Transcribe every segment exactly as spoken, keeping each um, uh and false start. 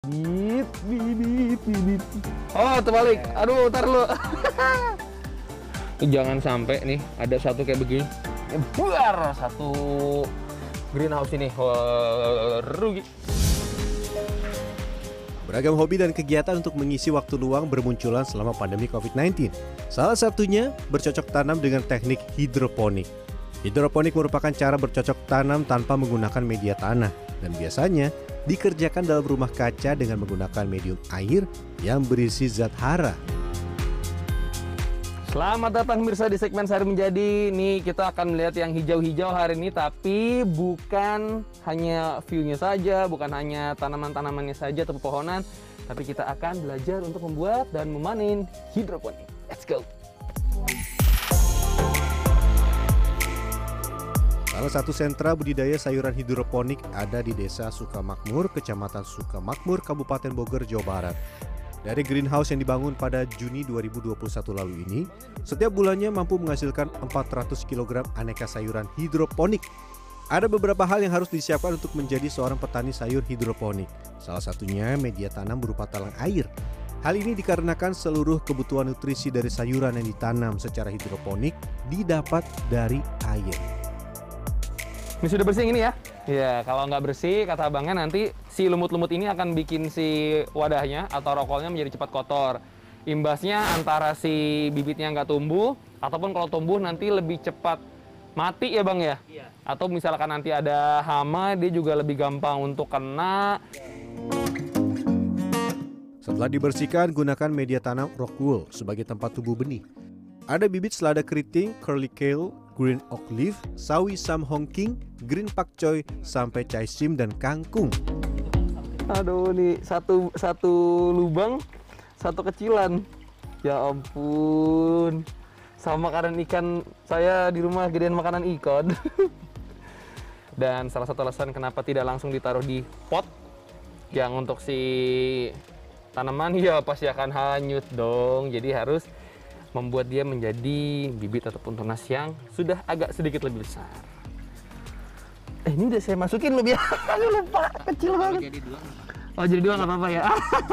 Bibit, bibit, bibit. Oh, terbalik. Aduh, tar lu. Jangan sampai nih ada satu kayak begini. Buar satu greenhouse ini. Wah, rugi. Beragam hobi dan kegiatan untuk mengisi waktu luang bermunculan selama pandemi covid sembilan belas. Salah satunya bercocok tanam dengan teknik hidroponik. Hidroponik merupakan cara bercocok tanam tanpa menggunakan media tanah dan biasanya dikerjakan dalam rumah kaca dengan menggunakan medium air yang berisi zat hara. Selamat datang pemirsa di segmen Sehari Menjadi. Nih kita akan melihat yang hijau-hijau hari ini, tapi bukan hanya view-nya saja, bukan hanya tanaman-tanamannya saja atau pepohonan, tapi kita akan belajar untuk membuat dan memanen hidroponik. Let's go! Salah satu sentra budidaya sayuran hidroponik ada di Desa Sukamakmur, Kecamatan Sukamakmur, Kabupaten Bogor, Jawa Barat. Dari greenhouse yang dibangun pada Juni dua ribu dua puluh satu lalu ini, setiap bulannya mampu menghasilkan empat ratus kilogram aneka sayuran hidroponik. Ada beberapa hal yang harus disiapkan untuk menjadi seorang petani sayur hidroponik. Salah satunya media tanam berupa talang air. Hal ini dikarenakan seluruh kebutuhan nutrisi dari sayuran yang ditanam secara hidroponik didapat dari air. Ini sudah bersih ini ya? Ya, kalau nggak bersih, kata abangnya nanti si lumut-lumut ini akan bikin si wadahnya atau rokolnya menjadi cepat kotor. Imbasnya antara si bibitnya nggak tumbuh, ataupun kalau tumbuh nanti lebih cepat mati ya bang ya? Iya. Atau misalkan nanti ada hama, dia juga lebih gampang untuk kena. Setelah dibersihkan, gunakan media tanam rock wool sebagai tempat tumbuh benih. Ada bibit selada keriting, curly kale, green oak leaf, sawi sam hongking, green pak choy, sampai chai sim dan kangkung. Aduh, nih satu satu lubang, satu kecilan. Ya ampun. Sama makanan ikan saya di rumah gedean makanan ikan. Dan salah satu alasan kenapa tidak langsung ditaruh di pot yang untuk si tanaman, ya pasti akan hanyut dong. Jadi harus membuat dia menjadi bibit ataupun tunas yang sudah agak sedikit lebih besar. Eh, ini udah saya masukin loh, biar aku lupa, kecil banget. Jadi dua, oh, jadi dua nggak apa-apa ya.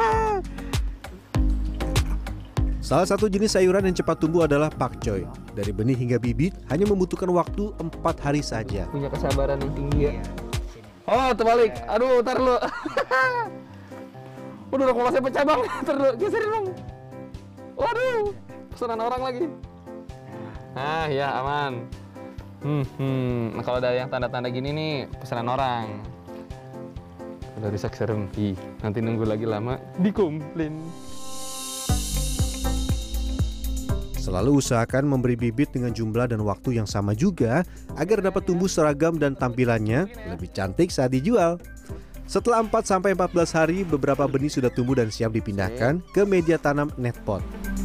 Salah satu jenis sayuran yang cepat tumbuh adalah pakcoy. Dari benih hingga bibit hanya membutuhkan waktu empat hari saja. Punya kesabaran yang tinggi ya. Oh, terbalik. Aduh, tar lu. Waduh, kalau saya pecah bang. Tar lu, geserin bang. Waduh, pesanan orang lagi. Nah, ya aman. Hmm, hmm. Nah, kalau ada yang tanda-tanda gini nih, pesanan orang. Udah rusak serem. Ih, nanti nunggu lagi lama, dikomplain. Selalu usahakan memberi bibit dengan jumlah dan waktu yang sama juga agar dapat tumbuh seragam dan tampilannya lebih cantik saat dijual. Setelah empat sampai empat belas hari, beberapa benih sudah tumbuh dan siap dipindahkan ke media tanam netpot.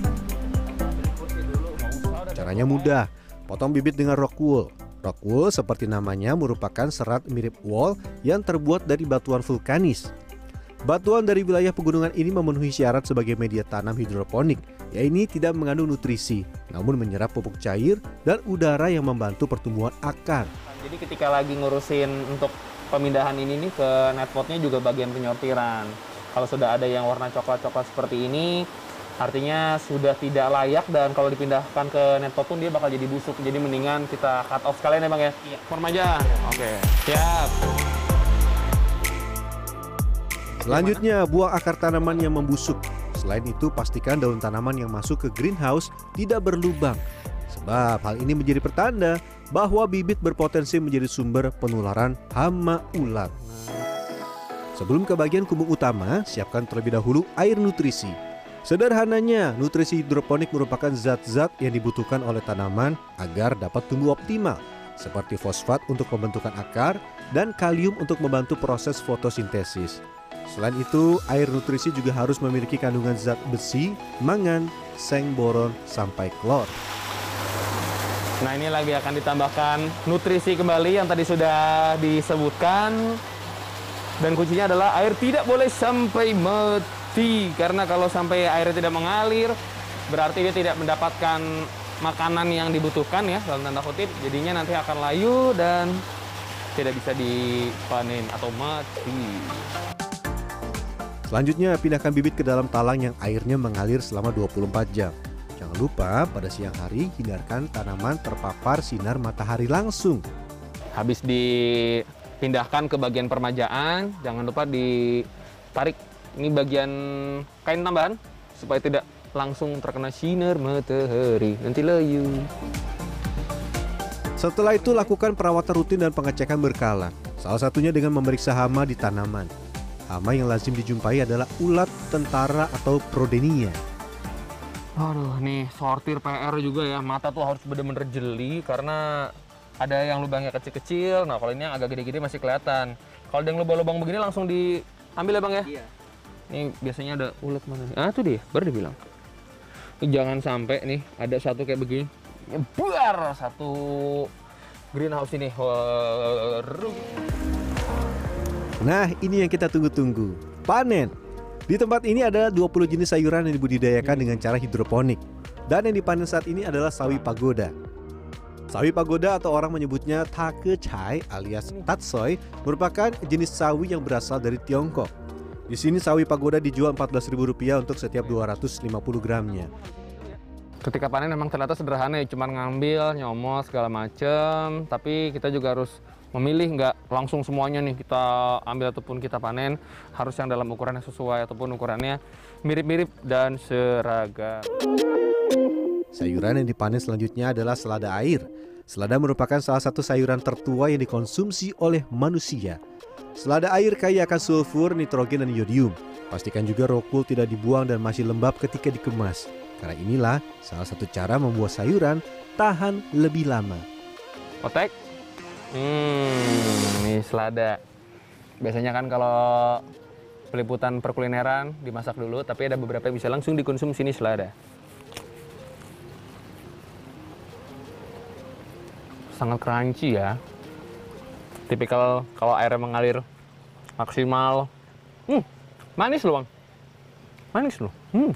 Caranya mudah, potong bibit dengan rock wool. Rock wool seperti namanya merupakan serat mirip wool yang terbuat dari batuan vulkanis. Batuan dari wilayah pegunungan ini memenuhi syarat sebagai media tanam hidroponik, yaitu tidak mengandung nutrisi, namun menyerap pupuk cair dan udara yang membantu pertumbuhan akar. Jadi ketika lagi ngurusin untuk pemindahan ini nih ke netpotnya juga bagian penyortiran. Kalau sudah ada yang warna coklat-coklat seperti ini, artinya sudah tidak layak, dan kalau dipindahkan ke netpot pun dia bakal jadi busuk. Jadi mendingan kita cut off sekalian ya bang ya? Iya. Form aja. Oke. Siap. Selanjutnya, buang akar tanaman yang membusuk. Selain itu, pastikan daun tanaman yang masuk ke greenhouse tidak berlubang. Sebab hal ini menjadi pertanda bahwa bibit berpotensi menjadi sumber penularan hama ulat. Sebelum ke bagian kumbung utama, siapkan terlebih dahulu air nutrisi. Sederhananya, nutrisi hidroponik merupakan zat-zat yang dibutuhkan oleh tanaman agar dapat tumbuh optimal, seperti fosfat untuk pembentukan akar dan kalium untuk membantu proses fotosintesis. Selain itu, air nutrisi juga harus memiliki kandungan zat besi, mangan, seng, boron, sampai klor. Nah, ini lagi akan ditambahkan nutrisi kembali yang tadi sudah disebutkan. Dan kuncinya adalah air tidak boleh sampai mati. Karena kalau sampai airnya tidak mengalir, berarti dia tidak mendapatkan makanan yang dibutuhkan ya, dalam tanda kutip. Jadinya nanti akan layu dan tidak bisa dipanen atau mati. Selanjutnya, pindahkan bibit ke dalam talang yang airnya mengalir selama dua puluh empat jam. Jangan lupa pada siang hari hindarkan tanaman terpapar sinar matahari langsung. Habis dipindahkan ke bagian permajaan, jangan lupa ditarik ini bagian kain tambahan supaya tidak langsung terkena sinar matahari, nanti layu. Setelah itu lakukan perawatan rutin dan pengecekan berkala. Salah satunya dengan memeriksa hama di tanaman. Hama yang lazim dijumpai adalah ulat tentara atau Prodenia. Aduh, nih sortir P R juga ya. Mata tuh harus bener-bener jeli karena ada yang lubangnya kecil-kecil. Nah, kalau ini yang agak gede-gede masih kelihatan. Kalau ada yang lubang-lubang begini langsung diambil ya Bang ya? Iya. Ini biasanya ada ulat mana nih? Ah, tuh dia, baru dibilang. Ini jangan sampai nih ada satu kayak begini. Buar satu greenhouse ini. Nah, ini yang kita tunggu-tunggu, panen. Di tempat ini ada dua puluh jenis sayuran yang dibudidayakan dengan cara hidroponik. Dan yang dipanen saat ini adalah sawi pagoda. Sawi pagoda atau orang menyebutnya takechai alias tatsoi merupakan jenis sawi yang berasal dari Tiongkok. Di sini sawi pagoda dijual empat belas ribu rupiah untuk setiap dua ratus lima puluh gramnya. Ketika panen memang ternyata sederhana ya, cuma ngambil, nyomot segala macem. Tapi kita juga harus memilih, nggak langsung semuanya nih kita ambil ataupun kita panen. Harus yang dalam ukuran yang sesuai ataupun ukurannya mirip-mirip dan seragam. Sayuran yang dipanen selanjutnya adalah selada air. Selada merupakan salah satu sayuran tertua yang dikonsumsi oleh manusia. Selada air kaya akan sulfur, nitrogen, dan iodium. Pastikan juga rokul tidak dibuang dan masih lembab ketika dikemas. Karena inilah salah satu cara membuat sayuran tahan lebih lama. Otek. Hmm, ini selada. Biasanya kan kalau peliputan perkulineran dimasak dulu, tapi ada beberapa yang bisa langsung dikonsumsi ini selada. Sangat crunchy ya. Tipikal kalau airnya mengalir maksimal. Hmm, manis loh Bang. Manis loh. Hmm.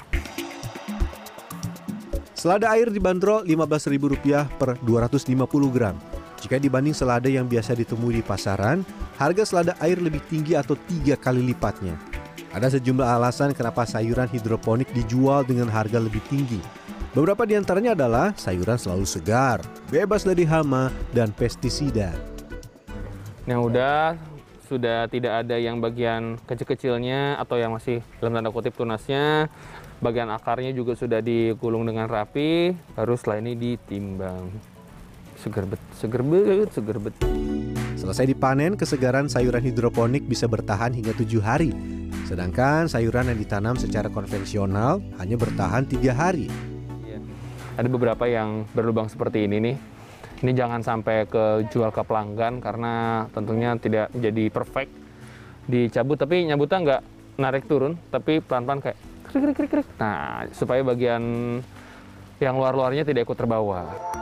Selada air dibanderol lima belas ribu rupiah per dua ratus lima puluh gram. Jika dibanding selada yang biasa ditemui di pasaran, harga selada air lebih tinggi atau tiga kali lipatnya. Ada sejumlah alasan kenapa sayuran hidroponik dijual dengan harga lebih tinggi. Beberapa di antaranya adalah sayuran selalu segar, bebas dari hama, dan pestisida. Yang udah, sudah tidak ada yang bagian kecil-kecilnya atau yang masih dalam tanda kutip tunasnya. Bagian akarnya juga sudah digulung dengan rapi, baru setelah ini ditimbang. Seger bet, seger bet, seger bet. Selesai dipanen, kesegaran sayuran hidroponik bisa bertahan hingga tujuh hari. Sedangkan sayuran yang ditanam secara konvensional hanya bertahan tiga hari. Ada beberapa yang berlubang seperti ini nih. Ini jangan sampai ke jual ke pelanggan karena tentunya tidak jadi perfect. Dicabut tapi nyabutnya nggak narik turun, tapi pelan-pelan kayak krik krik krik krik. Nah, supaya bagian yang luar-luarnya tidak ikut terbawa.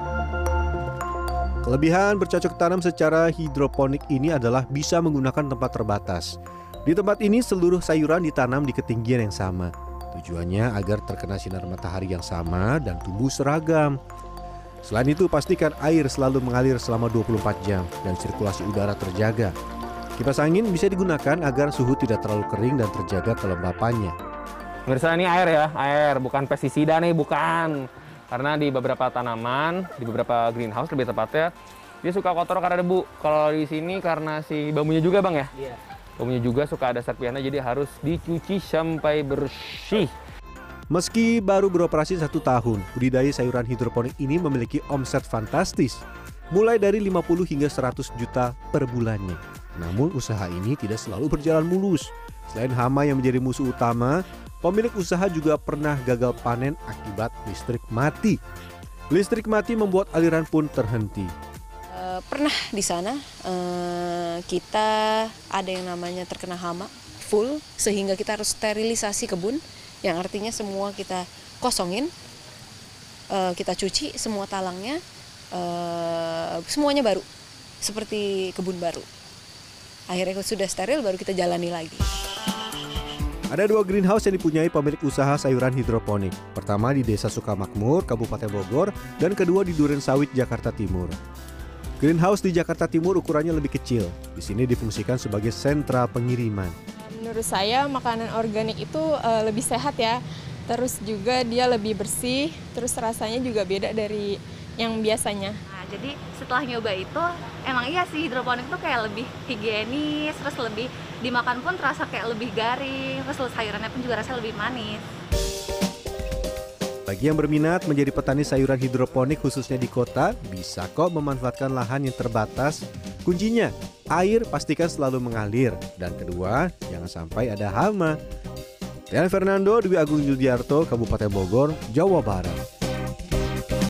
Kelebihan bercocok tanam secara hidroponik ini adalah bisa menggunakan tempat terbatas. Di tempat ini seluruh sayuran ditanam di ketinggian yang sama. Tujuannya agar terkena sinar matahari yang sama dan tumbuh seragam. Selain itu, pastikan air selalu mengalir selama dua puluh empat jam dan sirkulasi udara terjaga. Kipas angin bisa digunakan agar suhu tidak terlalu kering dan terjaga kelembapannya. Pemirsa, ini air ya, air, bukan pestisida nih, bukan. Karena di beberapa tanaman, di beberapa greenhouse lebih tepatnya, dia suka kotor karena debu. Kalau di sini karena si bambunya juga Bang ya? Iya. Bambunya juga suka ada serpihannya, jadi harus dicuci sampai bersih. Meski baru beroperasi satu tahun, budidaya sayuran hidroponik ini memiliki omset fantastis. Mulai dari lima puluh hingga seratus juta per bulannya. Namun usaha ini tidak selalu berjalan mulus. Selain hama yang menjadi musuh utama, pemilik usaha juga pernah gagal panen akibat listrik mati. Listrik mati membuat aliran pun terhenti. E, pernah di sana e, kita ada yang namanya terkena hama full sehingga kita harus sterilisasi kebun, yang artinya semua kita kosongin, e, kita cuci semua talangnya, e, semuanya baru seperti kebun baru. Akhirnya sudah steril baru kita jalani lagi. Ada dua greenhouse yang dipunyai pemilik usaha sayuran hidroponik. Pertama di Desa Sukamakmur, Kabupaten Bogor, dan kedua di Durensawit, Jakarta Timur. Greenhouse di Jakarta Timur ukurannya lebih kecil. Di sini difungsikan sebagai sentra pengiriman. Menurut saya makanan organik itu uh, lebih sehat ya. Terus juga dia lebih bersih, terus rasanya juga beda dari yang biasanya. Nah, jadi setelah nyoba itu, emang iya sih hidroponik tuh kayak lebih higienis, terus lebih dimakan pun terasa kayak lebih garing, terus sayurannya pun juga rasanya lebih manis. Bagi yang berminat menjadi petani sayuran hidroponik khususnya di kota, bisa kok memanfaatkan lahan yang terbatas. Kuncinya, air pastikan selalu mengalir. Dan kedua, jangan sampai ada hama. Rian Fernando, Dwi Agung Yuldiarto, Kabupaten Bogor, Jawa Barat.